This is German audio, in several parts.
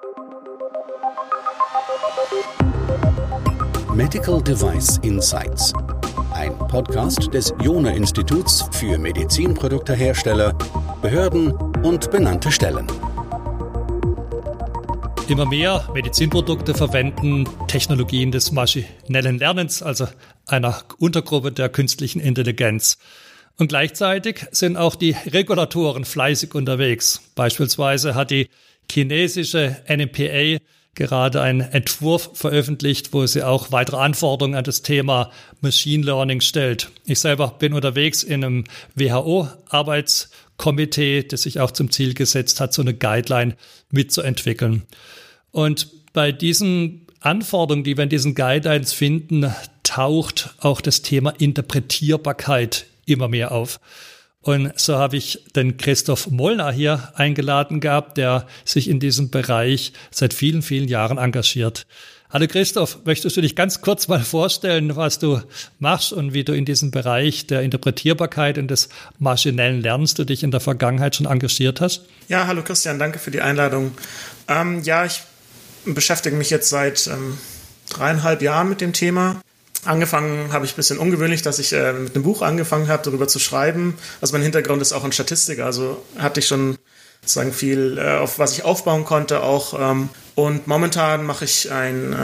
Medical Device Insights, ein Podcast des Jona-Instituts für Medizinproduktehersteller, Behörden und benannte Stellen. Immer mehr Medizinprodukte verwenden Technologien des maschinellen Lernens, also einer Untergruppe der künstlichen Intelligenz. Und gleichzeitig sind auch die Regulatoren fleißig unterwegs. Beispielsweise hat die chinesische NMPA gerade einen Entwurf veröffentlicht, wo sie auch weitere Anforderungen an das Thema Machine Learning stellt. Ich selber bin unterwegs in einem WHO-Arbeitskomitee, das sich auch zum Ziel gesetzt hat, so eine Guideline mitzuentwickeln. Und bei diesen Anforderungen, die wir in diesen Guidelines finden, taucht auch das Thema Interpretierbarkeit immer mehr auf. Und so habe ich den Christoph Molnar hier eingeladen gehabt, der sich in diesem Bereich seit vielen, vielen Jahren engagiert. Hallo Christoph, möchtest du dich ganz kurz mal vorstellen, was du machst und wie du in diesem Bereich der Interpretierbarkeit und des maschinellen Lernens du dich in der Vergangenheit schon engagiert hast? Ja, hallo Christian, danke für die Einladung. Ich beschäftige mich jetzt seit 3,5 Jahren mit dem Thema. Angefangen habe ich ein bisschen ungewöhnlich, dass ich mit einem Buch angefangen habe, darüber zu schreiben. Also mein Hintergrund ist auch in Statistik, also hatte ich schon sozusagen viel, auf was ich aufbauen konnte auch. Und momentan mache ich ein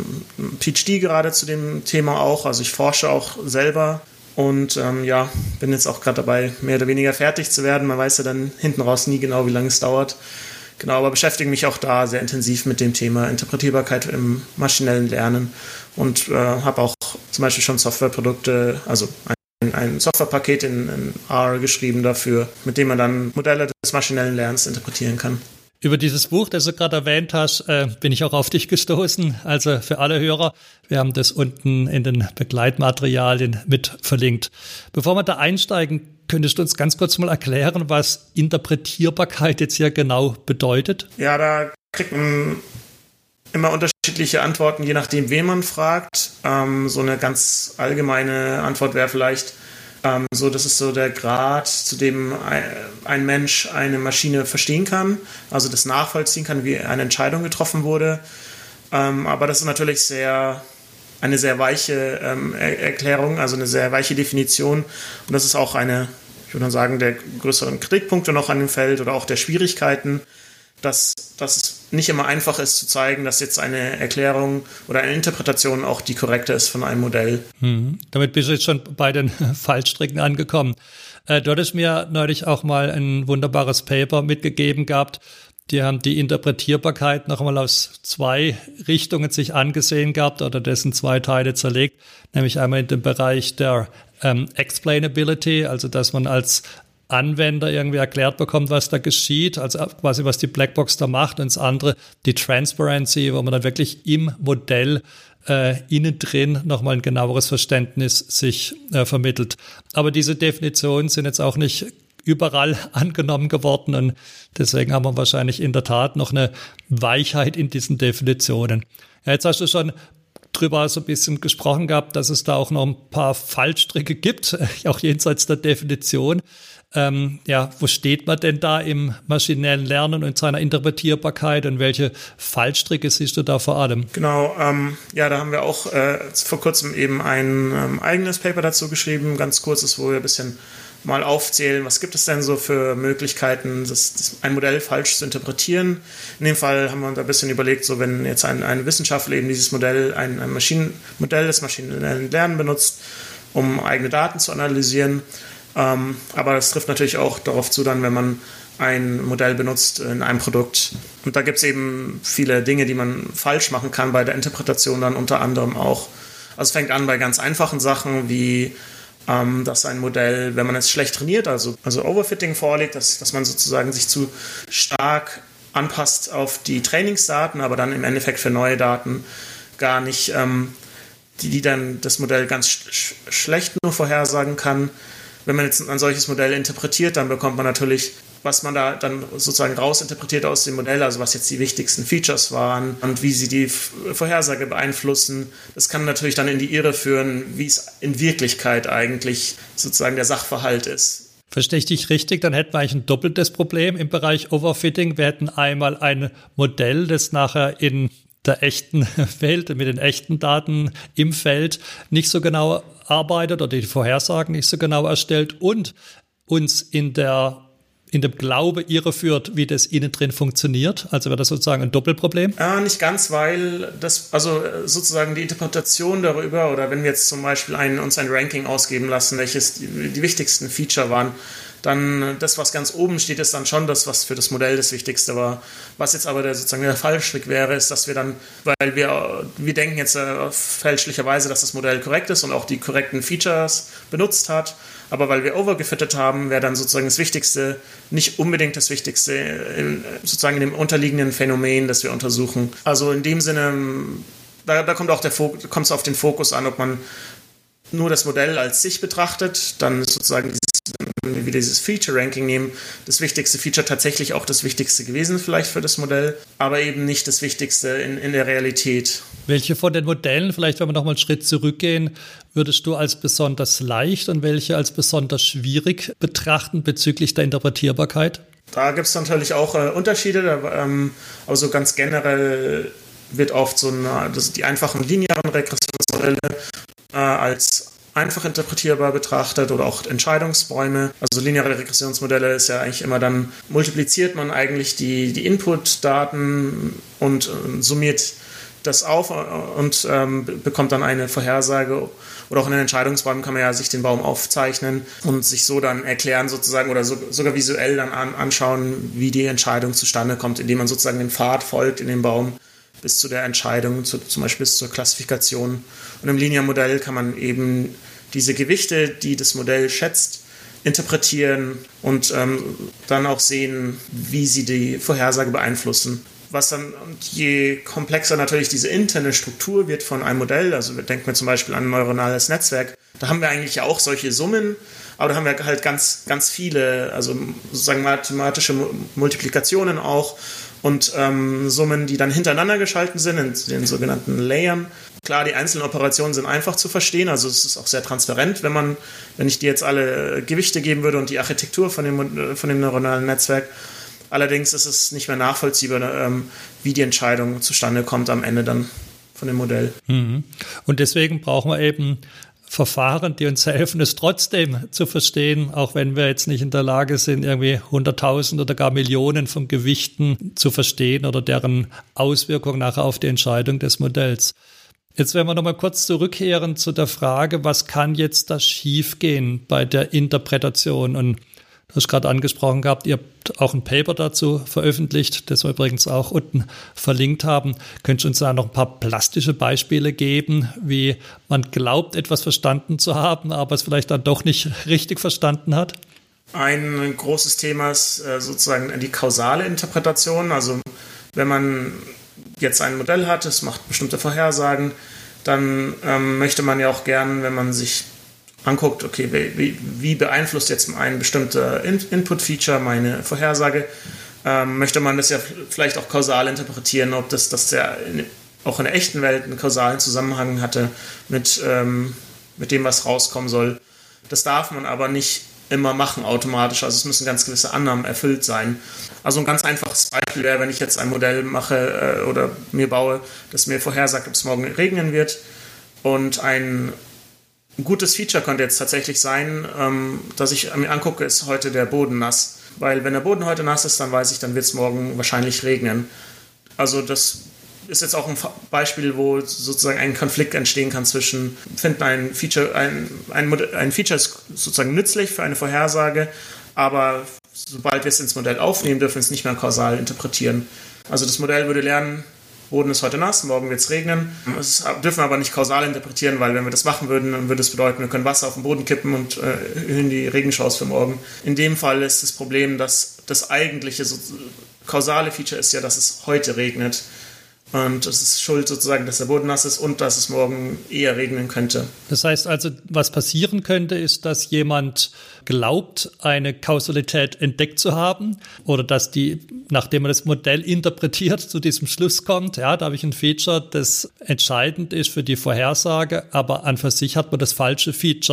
PhD gerade zu dem Thema auch. Also ich forsche auch selber und bin jetzt auch gerade dabei, mehr oder weniger fertig zu werden. Man weiß ja dann hinten raus nie genau, wie lange es dauert. Genau, aber beschäftige mich auch da sehr intensiv mit dem Thema Interpretierbarkeit im maschinellen Lernen und habe auch zum Beispiel schon Softwareprodukte, also ein Softwarepaket in R geschrieben dafür, mit dem man dann Modelle des maschinellen Lernens interpretieren kann. Über dieses Buch, das du gerade erwähnt hast, bin ich auch auf dich gestoßen. Also für alle Hörer, wir haben das unten in den Begleitmaterialien mit verlinkt. Bevor wir da einsteigen, könntest du uns ganz kurz mal erklären, was Interpretierbarkeit jetzt hier genau bedeutet? Ja, da kriegt man immer unterschiedliche Antworten, je nachdem, wen man fragt. So eine ganz allgemeine Antwort wäre vielleicht, das ist so der Grad, zu dem ein Mensch eine Maschine verstehen kann, also das nachvollziehen kann, wie eine Entscheidung getroffen wurde. Aber das ist natürlich eine sehr weiche Erklärung, also eine sehr weiche Definition. Und das ist auch ich würde sagen, der größeren Kritikpunkte noch an dem Feld oder auch der Schwierigkeiten, dass es nicht immer einfach ist zu zeigen, dass jetzt eine Erklärung oder eine Interpretation auch die korrekte ist von einem Modell. Damit bist du jetzt schon bei den Fallstricken angekommen. Du hattest mir neulich auch mal ein wunderbares Paper mitgegeben gehabt. Die haben die Interpretierbarkeit noch einmal aus 2 Richtungen sich angesehen gehabt oder dessen 2 Teile zerlegt, nämlich einmal in dem Bereich der Explainability, also dass man als Anwender irgendwie erklärt bekommt, was da geschieht, also quasi was die Blackbox da macht, und das andere die Transparency, wo man dann wirklich im Modell innen drin nochmal ein genaueres Verständnis sich vermittelt. Aber diese Definitionen sind jetzt auch nicht überall angenommen geworden und deswegen haben wir wahrscheinlich in der Tat noch eine Weichheit in diesen Definitionen. Ja, jetzt hast du schon drüber so ein bisschen gesprochen gehabt, dass es da auch noch ein paar Fallstricke gibt, auch jenseits der Definition. Wo steht man denn da im maschinellen Lernen und seiner Interpretierbarkeit und welche Fallstricke siehst du da vor allem? Genau, da haben wir auch vor kurzem eben ein eigenes Paper dazu geschrieben, ganz kurzes, wo wir ein bisschen mal aufzählen, was gibt es denn so für Möglichkeiten, ein Modell falsch zu interpretieren. In dem Fall haben wir uns ein bisschen überlegt, so wenn jetzt ein Wissenschaftler eben dieses Modell, ein Maschinenmodell des maschinellen Lernens benutzt, um eigene Daten zu analysieren. Aber das trifft natürlich auch darauf zu, dann, wenn man ein Modell benutzt in einem Produkt. Und da gibt es eben viele Dinge, die man falsch machen kann bei der Interpretation dann unter anderem auch. Also es fängt an bei ganz einfachen Sachen wie dass ein Modell, wenn man es schlecht trainiert, also Overfitting vorliegt, dass man sozusagen sich zu stark anpasst auf die Trainingsdaten, aber dann im Endeffekt für neue Daten gar nicht, die dann das Modell ganz schlecht nur vorhersagen kann. Wenn man jetzt ein solches Modell interpretiert, dann bekommt man natürlich, was man da dann sozusagen rausinterpretiert aus dem Modell, also was jetzt die wichtigsten Features waren und wie sie die Vorhersage beeinflussen. Das kann natürlich dann in die Irre führen, wie es in Wirklichkeit eigentlich sozusagen der Sachverhalt ist. Verstehe ich dich richtig? Dann hätten wir eigentlich ein doppeltes Problem im Bereich Overfitting. Wir hätten einmal ein Modell, das nachher in der echten Welt, mit den echten Daten im Feld nicht so genau arbeitet oder die Vorhersagen nicht so genau erstellt und uns in dem Glaube irreführt, wie das innen drin funktioniert. Also wäre das sozusagen ein Doppelproblem? Nicht ganz, weil also sozusagen die Interpretation darüber, oder wenn wir jetzt zum Beispiel uns ein Ranking ausgeben lassen, welches die wichtigsten Feature waren, dann das, was ganz oben steht, ist dann schon das, was für das Modell das Wichtigste war. Was jetzt aber sozusagen der Fallstrick wäre, ist, dass wir dann, weil wir denken jetzt fälschlicherweise, dass das Modell korrekt ist und auch die korrekten Features benutzt hat, aber weil wir overgefittet haben, wäre dann sozusagen das Wichtigste nicht unbedingt das Wichtigste sozusagen in dem unterliegenden Phänomen, das wir untersuchen. Also in dem Sinne, da kommt es auf den Fokus an, ob man nur das Modell als sich betrachtet, dann ist sozusagen wenn wir dieses Feature-Ranking nehmen, das wichtigste Feature tatsächlich auch das Wichtigste gewesen vielleicht für das Modell, aber eben nicht das Wichtigste in der Realität. Welche von den Modellen, vielleicht wenn wir nochmal einen Schritt zurückgehen, würdest du als besonders leicht und welche als besonders schwierig betrachten bezüglich der Interpretierbarkeit? Da gibt es natürlich auch Unterschiede, aber so ganz generell wird oft die einfachen linearen Regressionsmodelle als einfach interpretierbar betrachtet oder auch Entscheidungsbäume. Also lineare Regressionsmodelle ist ja eigentlich immer dann, multipliziert man eigentlich die Input-Daten und summiert das auf und bekommt dann eine Vorhersage. Oder auch in den Entscheidungsbäumen kann man ja sich den Baum aufzeichnen und sich so dann erklären sozusagen oder sogar visuell dann anschauen, wie die Entscheidung zustande kommt, indem man sozusagen den Pfad folgt in dem Baum bis zu der Entscheidung, zum Beispiel bis zur Klassifikation. Und im Linear-Modell kann man eben diese Gewichte, die das Modell schätzt, interpretieren und dann auch sehen, wie sie die Vorhersage beeinflussen. Und je komplexer natürlich diese interne Struktur wird von einem Modell, also denken wir zum Beispiel an ein neuronales Netzwerk, da haben wir eigentlich ja auch solche Summen, aber da haben wir halt ganz, ganz viele, also sozusagen mathematische Multiplikationen auch und Summen, die dann hintereinander geschalten sind in den sogenannten Layern. Klar, die einzelnen Operationen sind einfach zu verstehen, also es ist auch sehr transparent, wenn ich dir jetzt alle Gewichte geben würde und die Architektur von dem neuronalen Netzwerk. Allerdings ist es nicht mehr nachvollziehbar, wie die Entscheidung zustande kommt am Ende dann von dem Modell. Und deswegen brauchen wir eben Verfahren, die uns helfen, es trotzdem zu verstehen, auch wenn wir jetzt nicht in der Lage sind, irgendwie 100.000 oder gar Millionen von Gewichten zu verstehen oder deren Auswirkungen nachher auf die Entscheidung des Modells. Jetzt werden wir nochmal kurz zurückkehren zu der Frage, was kann jetzt da schiefgehen bei der Interpretation? Und du hast gerade angesprochen gehabt, ihr habt auch ein Paper dazu veröffentlicht, das wir übrigens auch unten verlinkt haben. Könntest du uns da noch ein paar plastische Beispiele geben, wie man glaubt, etwas verstanden zu haben, aber es vielleicht dann doch nicht richtig verstanden hat? Ein großes Thema ist sozusagen die kausale Interpretation. Also wenn man jetzt ein Modell hat, es macht bestimmte Vorhersagen, dann möchte man ja auch gern, wenn man sich anguckt, okay, wie beeinflusst jetzt ein bestimmter Input-Feature meine Vorhersage, möchte man das ja vielleicht auch kausal interpretieren, ob das ja auch in der echten Welt einen kausalen Zusammenhang hatte mit dem, was rauskommen soll. Das darf man aber nicht immer machen automatisch, also es müssen ganz gewisse Annahmen erfüllt sein. Also ein ganz einfaches Beispiel wäre, wenn ich jetzt ein Modell mache oder mir baue, das mir vorhersagt, ob es morgen regnen wird, und ein gutes Feature könnte jetzt tatsächlich sein, dass ich mir angucke, ist heute der Boden nass. Weil wenn der Boden heute nass ist, dann weiß ich, dann wird es morgen wahrscheinlich regnen. Also das ist jetzt auch ein Beispiel, wo sozusagen ein Konflikt entstehen kann zwischen, finden ein Feature ist sozusagen nützlich für eine Vorhersage, aber sobald wir es ins Modell aufnehmen, dürfen wir es nicht mehr kausal interpretieren. Also das Modell würde lernen, Boden ist heute nass, morgen wird es regnen. Das dürfen wir aber nicht kausal interpretieren, weil wenn wir das machen würden, dann würde es bedeuten, wir können Wasser auf den Boden kippen und erhöhen die Regenchance für morgen. In dem Fall ist das Problem, dass das eigentliche kausale Feature ist ja, dass es heute regnet. Und es ist schuld sozusagen, dass der Boden nass ist und dass es morgen eher regnen könnte. Das heißt also, was passieren könnte, ist, dass jemand glaubt, eine Kausalität entdeckt zu haben oder dass nachdem man das Modell interpretiert, zu diesem Schluss kommt, ja, da habe ich ein Feature, das entscheidend ist für die Vorhersage, aber an für sich hat man das falsche Feature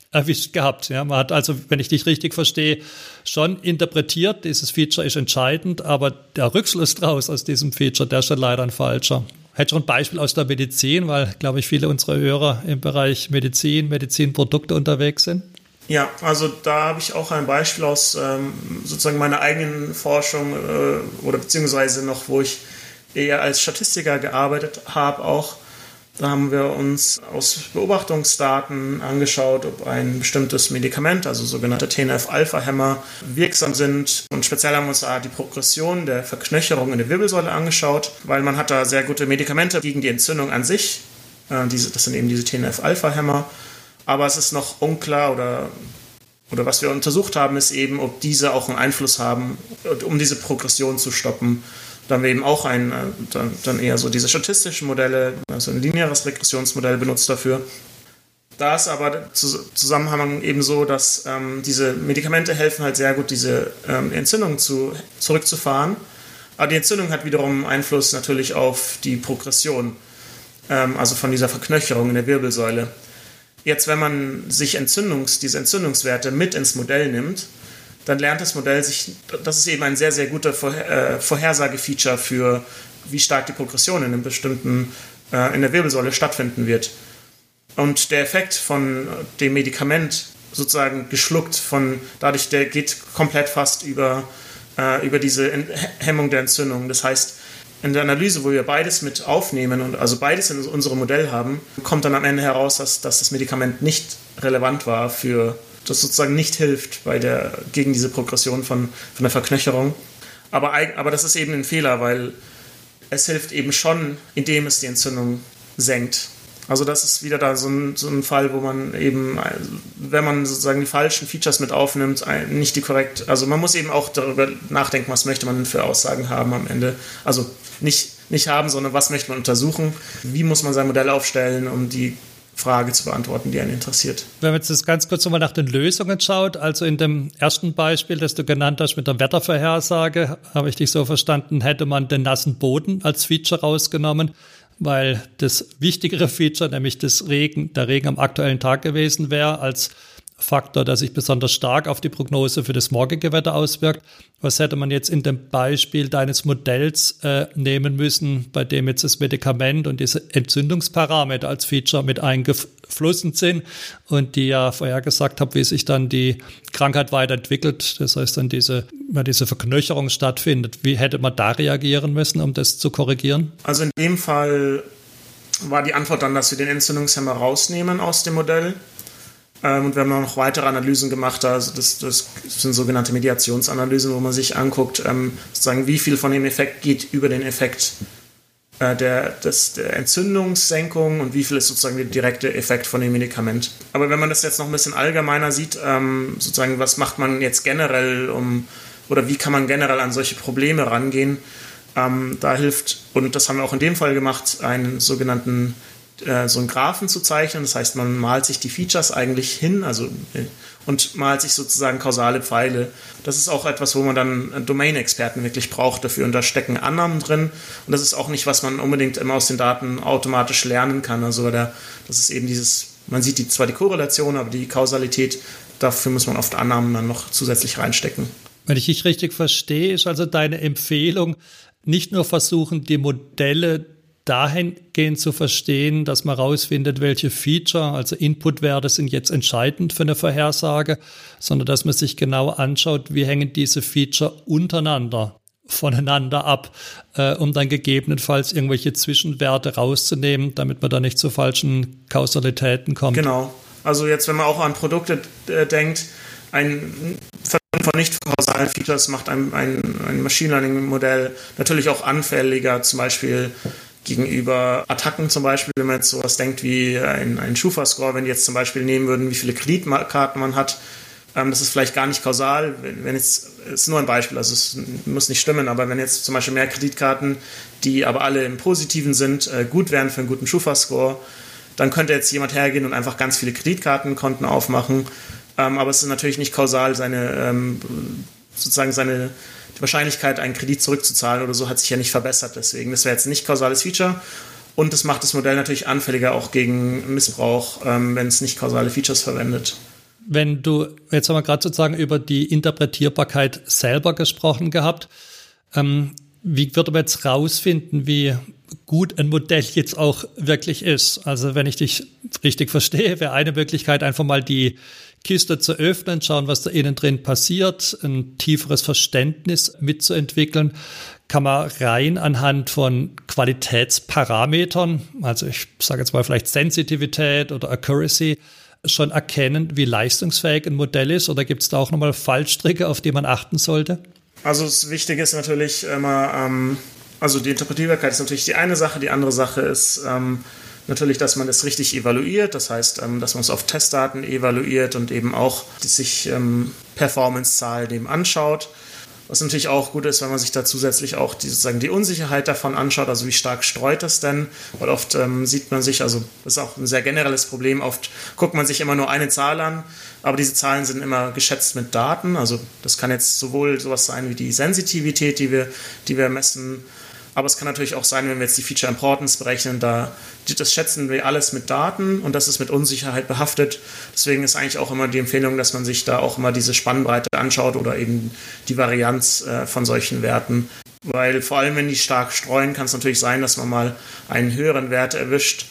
erwischt gehabt. Ja, man hat also, wenn ich dich richtig verstehe, schon interpretiert, dieses Feature ist entscheidend, aber der Rückschluss draus aus diesem Feature, der ist schon leider ein falscher. Hätte schon ein Beispiel aus der Medizin, weil, glaube ich, viele unserer Hörer im Bereich Medizinprodukte unterwegs sind. Ja, also da habe ich auch ein Beispiel aus sozusagen meiner eigenen Forschung oder beziehungsweise noch, wo ich eher als Statistiker gearbeitet habe auch. Da haben wir uns aus Beobachtungsdaten angeschaut, ob ein bestimmtes Medikament, also sogenannte TNF-Alpha-Hämmer, wirksam sind. Und speziell haben wir uns da die Progression der Verknöcherung in der Wirbelsäule angeschaut, weil man hat da sehr gute Medikamente gegen die Entzündung an sich. Das sind eben diese TNF-Alpha-Hämmer. Aber es ist noch unklar oder was wir untersucht haben, ist eben, ob diese auch einen Einfluss haben, um diese Progression zu stoppen. Da haben wir eben auch dann eher so diese statistischen Modelle, also ein lineares Regressionsmodell benutzt dafür. Da ist aber Zusammenhang eben so, dass diese Medikamente helfen halt sehr gut, diese Entzündung zurückzufahren. Aber die Entzündung hat wiederum Einfluss natürlich auf die Progression, also von dieser Verknöcherung in der Wirbelsäule. Jetzt, wenn man sich diese Entzündungswerte mit ins Modell nimmt, dann lernt das Modell das ist eben ein sehr, sehr guter Vorhersagefeature für, wie stark die Progression in der Wirbelsäule stattfinden wird. Und der Effekt von dem Medikament sozusagen geschluckt der geht komplett fast über diese Hemmung der Entzündung. Das heißt, in der Analyse, wo wir beides mit aufnehmen und also beides in unserem Modell haben, kommt dann am Ende heraus, dass das Medikament nicht relevant war das sozusagen nicht hilft gegen diese Progression von der Verknöcherung. Aber das ist eben ein Fehler, weil es hilft eben schon, indem es die Entzündung senkt. Also das ist wieder da so ein Fall, wo man eben, wenn man sozusagen die falschen Features mit aufnimmt, nicht die korrekt, also man muss eben auch darüber nachdenken, was möchte man denn für Aussagen haben am Ende. Also nicht haben, sondern was möchte man untersuchen, wie muss man sein Modell aufstellen, um die Frage zu beantworten, die einen interessiert. Wenn man jetzt ganz kurz nochmal nach den Lösungen schaut, also in dem ersten Beispiel, das du genannt hast mit der Wettervorhersage, habe ich dich so verstanden, hätte man den nassen Boden als Feature rausgenommen, weil das wichtigere Feature, nämlich der Regen am aktuellen Tag gewesen wäre, als Faktor, der sich besonders stark auf die Prognose für das morgige Wetter auswirkt. Was hätte man jetzt in dem Beispiel deines Modells nehmen müssen, bei dem jetzt das Medikament und diese Entzündungsparameter als Feature mit eingeflossen sind und die ja vorhergesagt habe, wie sich dann die Krankheit weiterentwickelt. Das heißt, dann diese Verknöcherung stattfindet. Wie hätte man da reagieren müssen, um das zu korrigieren? Also in dem Fall war die Antwort dann, dass wir den Entzündungshemmer rausnehmen aus dem Modell. Und wir haben noch weitere Analysen gemacht, also das sind sogenannte Mediationsanalysen, wo man sich anguckt, sozusagen wie viel von dem Effekt geht über den Effekt der Entzündungssenkung und wie viel ist sozusagen der direkte Effekt von dem Medikament. Aber wenn man das jetzt noch ein bisschen allgemeiner sieht, sozusagen was macht man jetzt generell oder wie kann man generell an solche Probleme rangehen, da hilft, und das haben wir auch in dem Fall gemacht, einen sogenannten so einen Graphen zu zeichnen. Das heißt, man malt sich die Features eigentlich hin, und malt sich sozusagen kausale Pfeile. Das ist auch etwas, wo man dann Domain-Experten wirklich braucht dafür. Und da stecken Annahmen drin. Und das ist auch nicht, was man unbedingt immer aus den Daten automatisch lernen kann. Also das ist eben man sieht zwar die Korrelation, aber die Kausalität, dafür muss man oft Annahmen dann noch zusätzlich reinstecken. Wenn ich dich richtig verstehe, ist also deine Empfehlung, nicht nur versuchen, die Modelle dahingehend zu verstehen, dass man herausfindet, welche Feature, also Inputwerte sind jetzt entscheidend für eine Vorhersage, sondern dass man sich genau anschaut, wie hängen diese Feature voneinander ab, um dann gegebenenfalls irgendwelche Zwischenwerte rauszunehmen, damit man da nicht zu falschen Kausalitäten kommt. Genau. Also jetzt, wenn man auch an Produkte denkt, ein von nicht kausalen Features macht ein Machine Learning Modell natürlich auch anfälliger, zum Beispiel gegenüber Attacken zum Beispiel, wenn man jetzt sowas denkt wie ein Schufa-Score, wenn die jetzt zum Beispiel nehmen würden, wie viele Kreditkarten man hat, das ist vielleicht gar nicht kausal, ist nur ein Beispiel, also es muss nicht stimmen, aber wenn jetzt zum Beispiel mehr Kreditkarten, die aber alle im Positiven sind, gut wären für einen guten Schufa-Score, dann könnte jetzt jemand hergehen und einfach ganz viele Kreditkartenkonten aufmachen, aber es ist natürlich nicht kausal, die Wahrscheinlichkeit, einen Kredit zurückzuzahlen oder so, hat sich ja nicht verbessert. Deswegen, das wäre jetzt nicht kausales Feature. Und das macht das Modell natürlich anfälliger auch gegen Missbrauch, wenn es nicht kausale Features verwendet. wenn du, jetzt haben wir gerade sozusagen über die Interpretierbarkeit selber gesprochen gehabt, wie würde man jetzt rausfinden, wie gut ein Modell jetzt auch wirklich ist? Also wenn ich dich richtig verstehe, wäre eine Möglichkeit, einfach mal die Kiste zu öffnen, schauen, was da innen drin passiert, ein tieferes Verständnis mitzuentwickeln. Kann man rein anhand von Qualitätsparametern, also ich sage jetzt mal vielleicht Sensitivität oder Accuracy, schon erkennen, wie leistungsfähig ein Modell ist? Oder gibt es da auch nochmal Fallstricke, auf die man achten sollte? Also das Wichtige ist natürlich immer, also die Interpretierbarkeit ist natürlich die eine Sache, die andere Sache ist natürlich, dass man es richtig evaluiert, das heißt, dass man es auf Testdaten evaluiert und eben auch sich Performance-Zahlen eben anschaut. Was natürlich auch gut ist, wenn man sich da zusätzlich auch die Unsicherheit davon anschaut, also wie stark streut es denn, weil oft sieht man sich, also das ist auch ein sehr generelles Problem, oft guckt man sich immer nur eine Zahl an, aber diese Zahlen sind immer geschätzt mit Daten, also das kann jetzt sowohl sowas sein wie die Sensitivität, die wir messen, aber es kann natürlich auch sein, wenn wir jetzt die Feature Importance berechnen, das schätzen wir alles mit Daten und das ist mit Unsicherheit behaftet. Deswegen ist eigentlich auch immer die Empfehlung, dass man sich da auch immer diese Spannbreite anschaut oder eben die Varianz von solchen Werten. Weil vor allem, wenn die stark streuen, kann es natürlich sein, dass man mal einen höheren Wert erwischt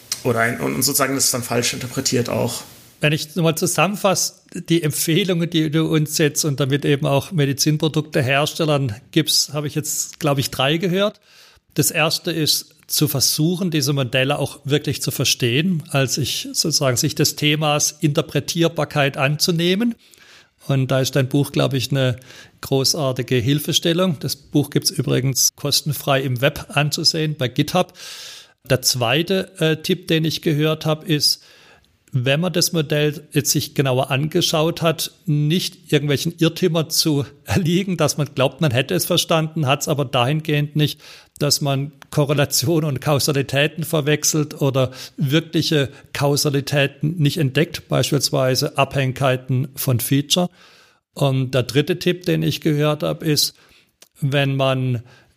und sozusagen das dann falsch interpretiert auch. Wenn ich nochmal zusammenfasse, die Empfehlungen, die du uns jetzt und damit eben auch Medizinprodukteherstellern gibst, habe ich jetzt, glaube ich, 3 gehört. Das erste ist, zu versuchen, diese Modelle auch wirklich zu verstehen, sich des Themas Interpretierbarkeit anzunehmen. Und da ist dein Buch, glaube ich, eine großartige Hilfestellung. Das Buch gibt es übrigens kostenfrei im Web anzusehen, bei GitHub. Der zweite Tipp, den ich gehört habe, ist, wenn man das Modell jetzt sich genauer angeschaut hat, nicht irgendwelchen Irrtümern zu erliegen, dass man glaubt, man hätte es verstanden, hat es aber dahingehend nicht, dass man Korrelationen und Kausalitäten verwechselt oder wirkliche Kausalitäten nicht entdeckt, beispielsweise Abhängigkeiten von Feature. Und der dritte Tipp, den ich gehört habe, ist, wenn man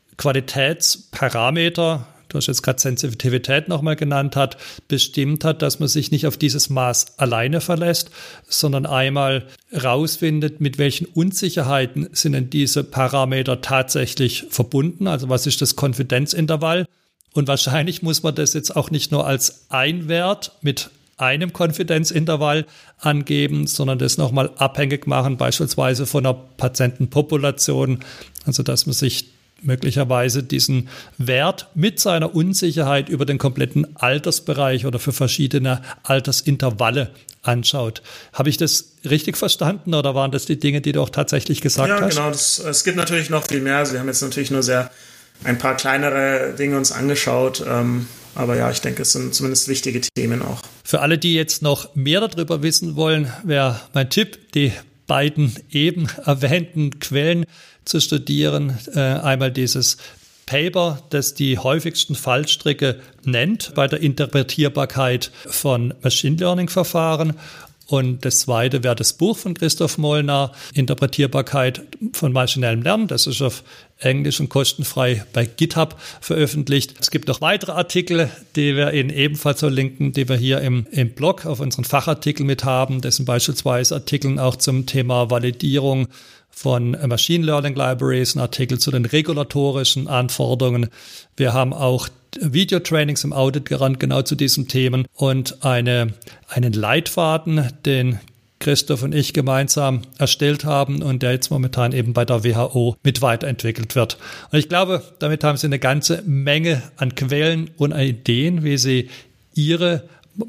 Qualitätsparameter, du hast jetzt gerade Sensitivität nochmal genannt hat, bestimmt hat, dass man sich nicht auf dieses Maß alleine verlässt, sondern einmal rausfindet, mit welchen Unsicherheiten sind denn diese Parameter tatsächlich verbunden, also was ist das Konfidenzintervall, und wahrscheinlich muss man das jetzt auch nicht nur als ein Wert mit einem Konfidenzintervall angeben, sondern das nochmal abhängig machen, beispielsweise von einer Patientenpopulation, also dass man sich möglicherweise diesen Wert mit seiner Unsicherheit über den kompletten Altersbereich oder für verschiedene Altersintervalle anschaut. Habe ich das richtig verstanden oder waren das die Dinge, die du auch tatsächlich gesagt hast? Ja, genau. Es gibt natürlich noch viel mehr. Also wir haben jetzt natürlich nur ein paar kleinere Dinge uns angeschaut. Aber ja, ich denke, es sind zumindest wichtige Themen auch. Für alle, die jetzt noch mehr darüber wissen wollen, wäre mein Tipp, die beiden eben erwähnten Quellen zu studieren. Einmal dieses Paper, das die häufigsten Fallstricke nennt bei der Interpretierbarkeit von Machine Learning Verfahren. Und das zweite wäre das Buch von Christoph Molnar, Interpretierbarkeit von maschinellem Lernen. Das ist auf Englisch und kostenfrei bei GitHub veröffentlicht. Es gibt noch weitere Artikel, die wir Ihnen ebenfalls verlinken, die wir hier im Blog auf unseren Fachartikel mit haben. Das sind beispielsweise Artikel auch zum Thema Validierung von Machine Learning Libraries, ein Artikel zu den regulatorischen Anforderungen. Wir haben auch Videotrainings im Audit-Garant genau zu diesen Themen und einen Leitfaden, den Christoph und ich gemeinsam erstellt haben und der jetzt momentan eben bei der WHO mit weiterentwickelt wird. Und ich glaube, damit haben Sie eine ganze Menge an Quellen und an Ideen, wie Sie Ihre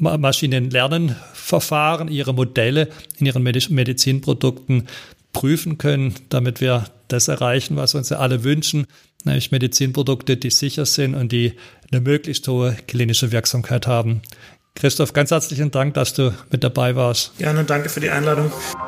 Maschinenlernenverfahren, Ihre Modelle in Ihren Medizinprodukten prüfen können, damit wir das erreichen, was wir uns ja alle wünschen, nämlich Medizinprodukte, die sicher sind und die eine möglichst hohe klinische Wirksamkeit haben. Christoph, ganz herzlichen Dank, dass du mit dabei warst. Gerne, danke für die Einladung.